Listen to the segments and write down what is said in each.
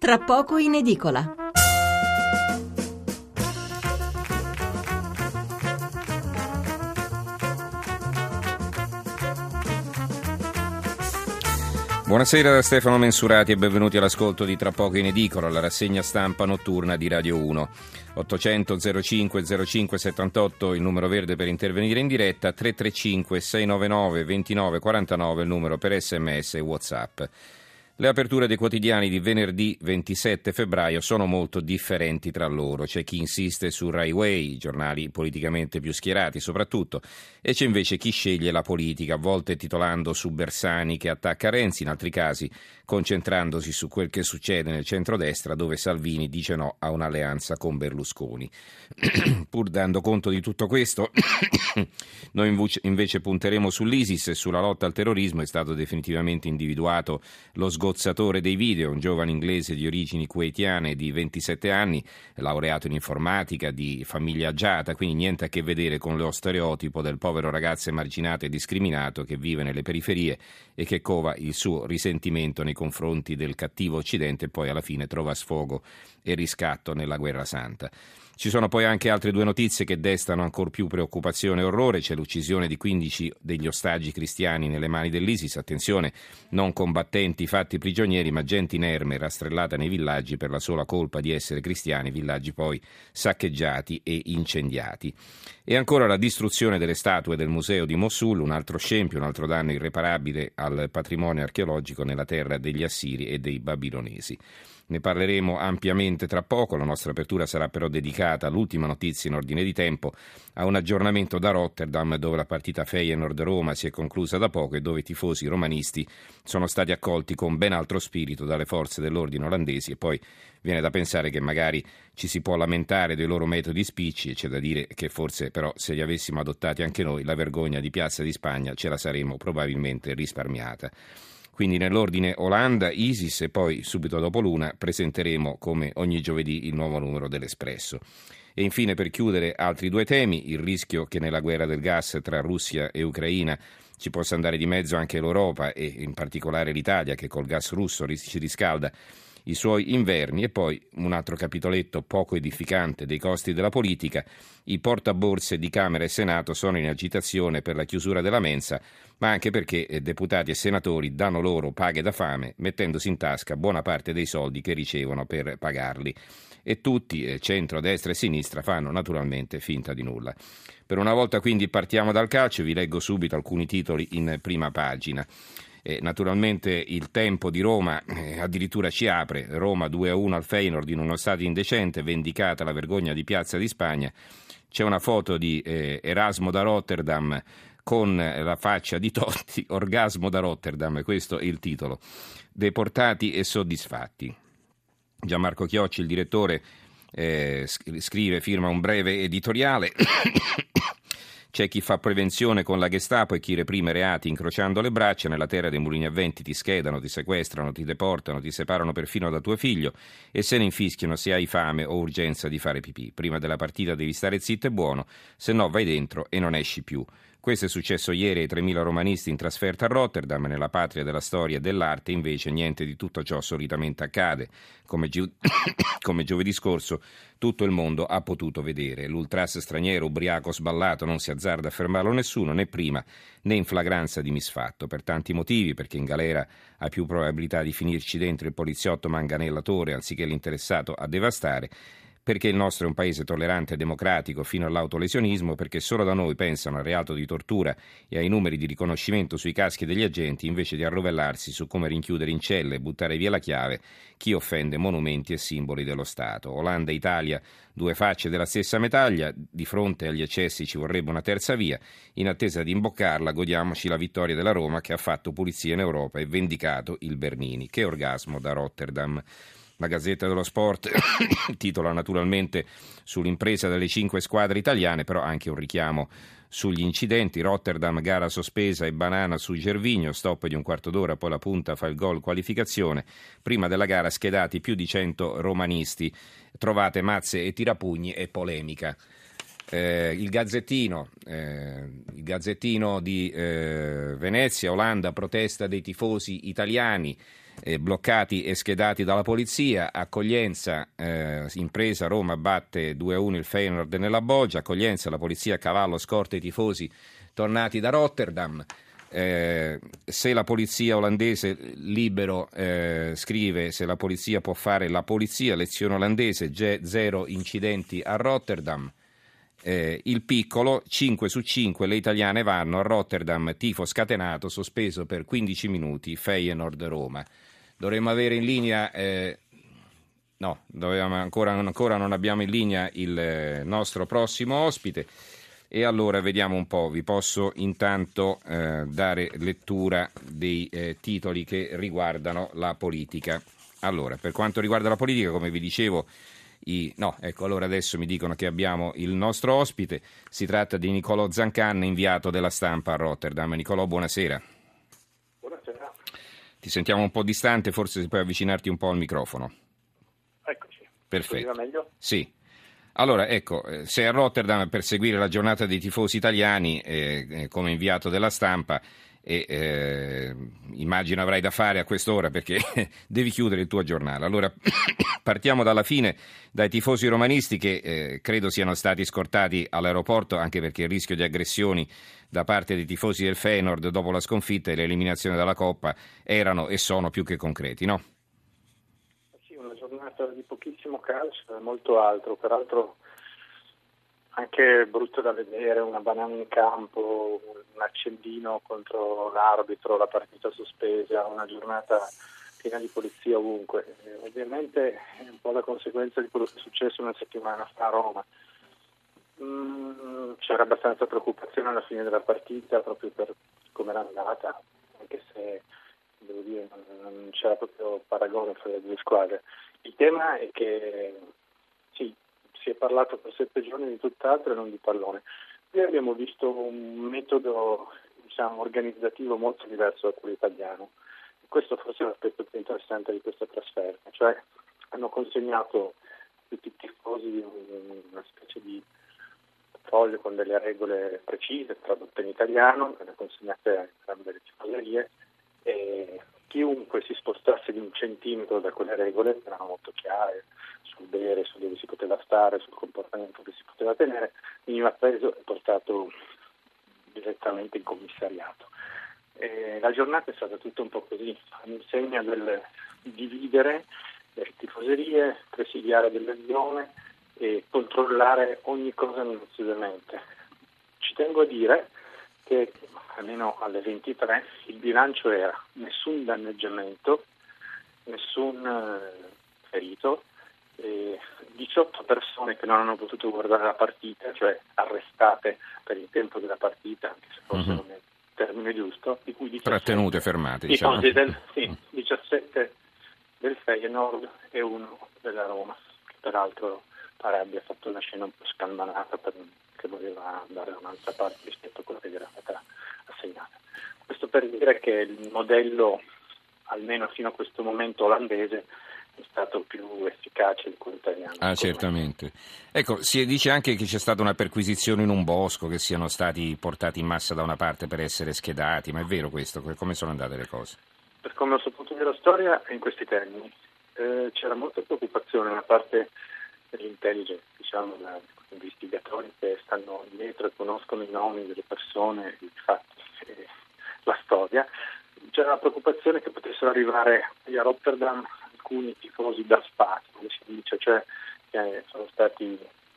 Tra poco in edicola. Buonasera da Stefano Mensurati e benvenuti all'ascolto di Tra poco in edicola, la rassegna stampa notturna di Radio 1. 800 05 05 78 il numero verde per intervenire in diretta, 335 699 29 49 il numero per SMS e WhatsApp. Le aperture dei quotidiani di venerdì 27 febbraio sono molto differenti tra loro. C'è chi insiste su Rai Way, i giornali politicamente più schierati soprattutto, e c'è invece chi sceglie la politica, a volte titolando su Bersani che attacca Renzi, in altri casi concentrandosi su quel che succede nel centrodestra dove Salvini dice no a un'alleanza con Berlusconi. Pur dando conto di tutto questo, noi invece punteremo sull'ISIS e sulla lotta al terrorismo. È stato definitivamente individuato lo sgozzatore dei video, un giovane inglese di origini kuwaitiane di 27 anni, laureato in informatica, di famiglia agiata, quindi niente a che vedere con lo stereotipo del povero ragazzo emarginato e discriminato che vive nelle periferie e che cova il suo risentimento nei confronti del cattivo Occidente e poi alla fine trova sfogo e riscatto nella Guerra Santa. Ci sono poi anche altre due notizie che destano ancor più preoccupazione e orrore. C'è l'uccisione di 15 degli ostaggi cristiani nelle mani dell'ISIS. Attenzione, non combattenti fatti prigionieri, ma gente inerme rastrellata nei villaggi per la sola colpa di essere cristiani, villaggi poi saccheggiati e incendiati. E ancora la distruzione delle statue del museo di Mosul, un altro scempio, un altro danno irreparabile al patrimonio archeologico nella terra degli Assiri e dei Babilonesi. Ne parleremo ampiamente tra poco. La nostra apertura sarà però dedicata all'ultima notizia in ordine di tempo, a un aggiornamento da Rotterdam, dove la partita Feyenoord-Roma si è conclusa da poco e dove i tifosi romanisti sono stati accolti con ben altro spirito dalle forze dell'ordine olandesi. E poi viene da pensare che magari ci si può lamentare dei loro metodi spicci, e c'è da dire che forse però se li avessimo adottati anche noi la vergogna di Piazza di Spagna ce la saremmo probabilmente risparmiata. Quindi nell'ordine Olanda, ISIS e poi subito dopo l'una presenteremo come ogni giovedì il nuovo numero dell'Espresso. E infine, per chiudere, altri due temi: il rischio che nella guerra del gas tra Russia e Ucraina ci possa andare di mezzo anche l'Europa e in particolare l'Italia, che col gas russo ci riscalda i suoi inverni. E poi un altro capitoletto poco edificante dei costi della politica: i portaborse di Camera e Senato sono in agitazione per la chiusura della mensa, ma anche perché deputati e senatori danno loro paghe da fame, mettendosi in tasca buona parte dei soldi che ricevono per pagarli. E tutti, centro, destra e sinistra, fanno naturalmente finta di nulla. Per una volta quindi partiamo dal calcio, vi leggo subito alcuni titoli in prima pagina. Naturalmente il Tempo di Roma addirittura ci apre: Roma 2-1 al Feyenoord in uno stadio indecente, vendicata la vergogna di Piazza di Spagna. C'è una foto di Erasmo da Rotterdam con la faccia di Totti, orgasmo da Rotterdam, questo è il titolo. Deportati e soddisfatti. Gianmarco Chiocci, il direttore, scrive, firma un breve editoriale. C'è chi fa prevenzione con la Gestapo e chi reprime reati incrociando le braccia. Nella terra dei mulini a venti ti schedano, ti sequestrano, ti deportano, ti separano perfino da tuo figlio e se ne infischiano se hai fame o urgenza di fare pipì. Prima della partita devi stare zitto e buono, se no vai dentro e non esci più. Questo è successo ieri ai 3.000 romanisti in trasferta a Rotterdam. Nella patria della storia e dell'arte invece niente di tutto ciò solitamente accade. Come giovedì scorso tutto il mondo ha potuto vedere. L'ultras straniero ubriaco sballato non si azzarda a fermarlo nessuno, né prima né in flagranza di misfatto, per tanti motivi: perché in galera ha più probabilità di finirci dentro il poliziotto manganellatore anziché l'interessato a devastare, perché il nostro è un paese tollerante e democratico fino all'autolesionismo, perché solo da noi pensano al reato di tortura e ai numeri di riconoscimento sui caschi degli agenti invece di arrovellarsi su come rinchiudere in celle e buttare via la chiave chi offende monumenti e simboli dello Stato. Olanda e Italia, due facce della stessa medaglia, di fronte agli eccessi ci vorrebbe una terza via. In attesa di imboccarla godiamoci la vittoria della Roma che ha fatto pulizia in Europa e vendicato il Bernini. Che orgasmo da Rotterdam. La Gazzetta dello Sport titola naturalmente sull'impresa delle 5 squadre italiane, però anche un richiamo sugli incidenti. Rotterdam, gara sospesa e banana su Gervinho, stop di un quarto d'ora, poi la punta fa il gol qualificazione. Prima della gara schedati più di 100 romanisti, trovate mazze e tirapugni e polemica. il Gazzettino di Venezia, Olanda, protesta dei tifosi italiani bloccati e schedati dalla polizia, accoglienza, impresa, Roma batte 2-1 il Feyenoord nella Boggia, accoglienza, la polizia a cavallo scorta i tifosi tornati da Rotterdam. Se la polizia olandese, Libero scrive, se la polizia può fare la polizia, lezione olandese, 0 incidenti a Rotterdam. Il Piccolo, 5 su 5 le italiane vanno a Rotterdam, tifo scatenato, sospeso per 15 minuti, Feyenoord Roma. Dovremmo avere in linea, ancora non abbiamo in linea il nostro prossimo ospite. E allora vediamo un po', vi posso intanto dare lettura dei titoli che riguardano la politica. Allora, per quanto riguarda la politica, come vi dicevo, allora adesso mi dicono che abbiamo il nostro ospite, si tratta di Nicolò Zancan, inviato della Stampa a Rotterdam. Nicolò, buonasera. Buonasera. Ti sentiamo un po' distante, forse se puoi avvicinarti un po' al microfono. Eccoci. Perfetto. Va meglio? Sì. Allora, sei a Rotterdam per seguire la giornata dei tifosi italiani come inviato della Stampa e immagino avrai da fare a quest'ora perché devi chiudere il tuo giornale. Allora, partiamo dalla fine, dai tifosi romanisti che credo siano stati scortati all'aeroporto, anche perché il rischio di aggressioni da parte dei tifosi del Feyenoord dopo la sconfitta e l'eliminazione dalla Coppa erano e sono più che concreti, no? Una giornata di pochissimo calcio e molto altro, peraltro anche brutto da vedere, una banana in campo, un accendino contro l'arbitro, la partita sospesa, una giornata piena di polizia ovunque. Ovviamente è un po' la conseguenza di quello che è successo una settimana fa a Roma. C'era abbastanza preoccupazione alla fine della partita proprio per come era andata, anche se devo dire non c'era proprio paragone fra le due squadre. Il tema è che sì, si è parlato per 7 giorni di tutt'altro e non di pallone. Noi abbiamo visto un metodo, organizzativo molto diverso da quello italiano. Questo forse è l'aspetto più interessante di questa trasferta, cioè hanno consegnato a tutti i tifosi una specie di foglio con delle regole precise tradotte in italiano, che le consegnate a entrambe le tifoserie, e chiunque si spostasse di 1 centimetro da quelle regole, che erano molto chiare, sul bere, su dove si poteva stare, sul comportamento che si poteva tenere, veniva preso e portato direttamente in commissariato. La giornata è stata tutta un po' così, all'insegna del dividere le tifoserie, presidiare delle zone e controllare ogni cosa minuziosamente. Ci tengo a dire che almeno alle 23 il bilancio era nessun danneggiamento, nessun ferito, 18 persone che non hanno potuto guardare la partita, cioè arrestate per il tempo della partita, anche se forse non è il termine giusto, di cui 17 trattenute, fermate, diciamo. 17 del Feyenoord e 1 della Roma, che peraltro pare abbia fatto una scena un po' scalmanata che voleva dare un'altra parte rispetto a quella che era stata assegnata. Questo per dire che il modello, almeno fino a questo momento olandese, è stato più efficace di quello italiano. Ah, certamente. Ecco, si dice anche che c'è stata una perquisizione in un bosco, che siano stati portati in massa da una parte per essere schedati, ma è vero questo? Come sono andate le cose? Per come ho saputo dire la storia è in questi termini. C'era molta preoccupazione da parte dell'intelligence, diciamo, da investigatori che stanno dietro e conoscono i nomi delle persone, i fatti, la storia. C'era la preoccupazione che potessero arrivare a Rotterdam alcuni tifosi da spazio, come si dice, cioè che sono stati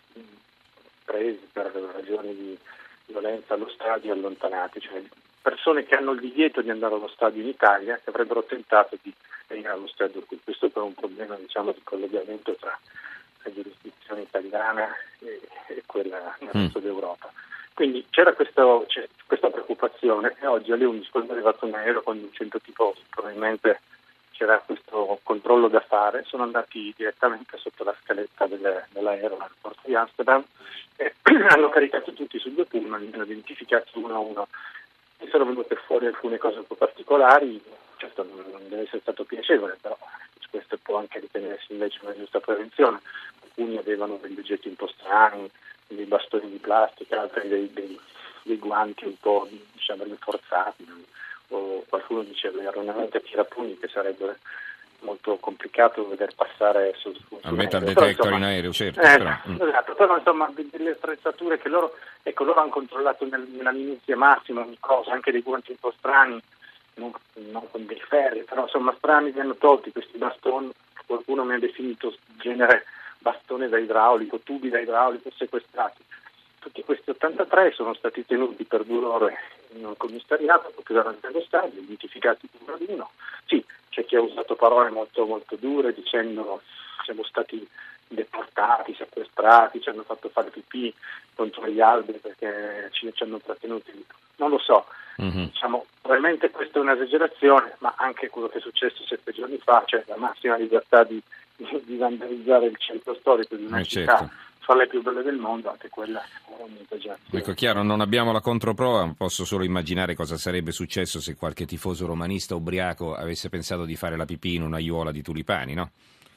presi per ragioni di violenza allo stadio e allontanati, cioè persone che hanno il divieto di andare allo stadio in Italia che avrebbero tentato di venire allo stadio qui. Questo per un problema, diciamo, di collegamento tra la giurisdizione italiana e quella nel resto d'Europa. Quindi c'era questa preoccupazione e oggi alle 11, quando è arrivato un aereo con 100 tifosi, probabilmente c'era questo controllo da fare, sono andati direttamente sotto la scaletta dell'aereo all'aeroporto di Amsterdam e hanno caricato tutti su 2 pullman, li hanno identificati uno a uno e sono venute fuori alcune cose un po' particolari. Certo non deve essere stato piacevole, però questo può anche ritenersi invece una giusta prevenzione. Alcuni avevano degli oggetti un po' strani, dei bastoni di plastica, altri dei guanti un po' diciamo rinforzati, o qualcuno diceva erroneamente a tirapugni, che sarebbe molto complicato veder passare su al metal detector in aereo, certo. Esatto, però insomma delle attrezzature che loro hanno controllato nella minuzia massima ogni cosa, anche dei guanti un po' strani, non con dei ferri, però insomma strani, li hanno tolti questi bastoni, qualcuno mi ha definito genere bastone da idraulico, tubi da idraulico sequestrati. Tutti questi 83 sono stati tenuti per 2 ore in un commissariato, proprio davanti allo stadio, identificati uno ad uno. Sì, c'è chi ha usato parole molto molto dure dicendo siamo stati deportati, sequestrati, ci hanno fatto fare pipì contro gli alberi perché ci hanno trattenuti lì. Non lo so, diciamo, probabilmente questa è un'esagerazione, ma anche quello che è successo 7 giorni fa, cioè la massima libertà di vandalizzare il centro storico di una città, certo, fra le più belle del mondo, anche quella è un'esagerazione. Ecco, chiaro, non abbiamo la controprova, posso solo immaginare cosa sarebbe successo se qualche tifoso romanista ubriaco avesse pensato di fare la pipì in un'aiuola di tulipani, no?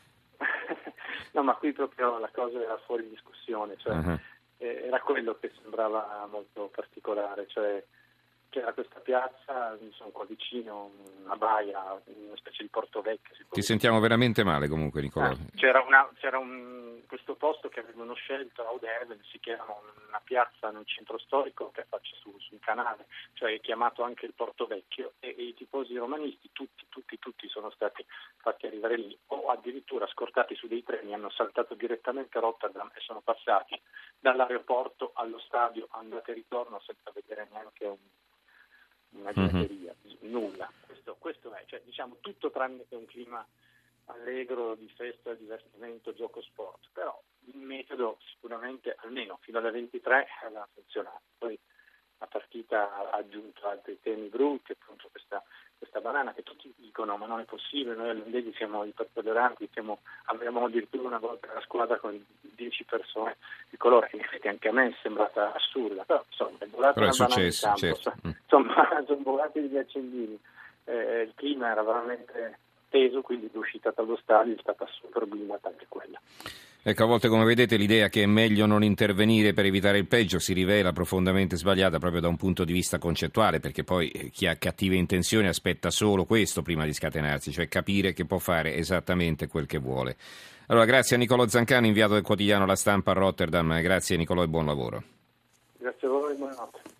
No, ma qui proprio la cosa era fuori discussione, cioè era quello che sembrava molto particolare, cioè c'era questa piazza, sono qua vicino, una baia, una specie di Porto Vecchio. Ti sentiamo veramente male comunque, Nicolò. C'era questo posto che avevano scelto a Auderville, si chiama una piazza nel centro storico che affaccia sul canale, cioè è chiamato anche il Porto Vecchio, e i tifosi romanisti tutti sono stati fatti arrivare lì, o addirittura scortati su dei treni, hanno saltato direttamente a Rotterdam e sono passati dall'aeroporto allo stadio, andata e ritorno, senza vedere neanche una gelateria, nulla. Questo è, cioè, diciamo, tutto tranne che un clima allegro di festa, divertimento, gioco, sport, però il metodo sicuramente, almeno fino alle 23, aveva funzionato. Poi la partita ha aggiunto altri temi brutti, appunto questa banana che tutti dicono ma non è possibile, noi olandesi siamo ipertolleranti, abbiamo addirittura una volta la squadra con 10 persone di colore, in effetti anche a me è sembrata assurda, però insomma è volata una banana in campo, certo. Insomma sono volati degli accendini, il clima era veramente teso, quindi l'uscita dallo stadio è stata super blindata anche quella. Ecco, a volte, come vedete, l'idea che è meglio non intervenire per evitare il peggio si rivela profondamente sbagliata proprio da un punto di vista concettuale, perché poi chi ha cattive intenzioni aspetta solo questo prima di scatenarsi, cioè capire che può fare esattamente quel che vuole. Allora, grazie a Nicolò Zancani, inviato del quotidiano La Stampa a Rotterdam. Grazie Nicolò e buon lavoro. Grazie a voi e buonanotte.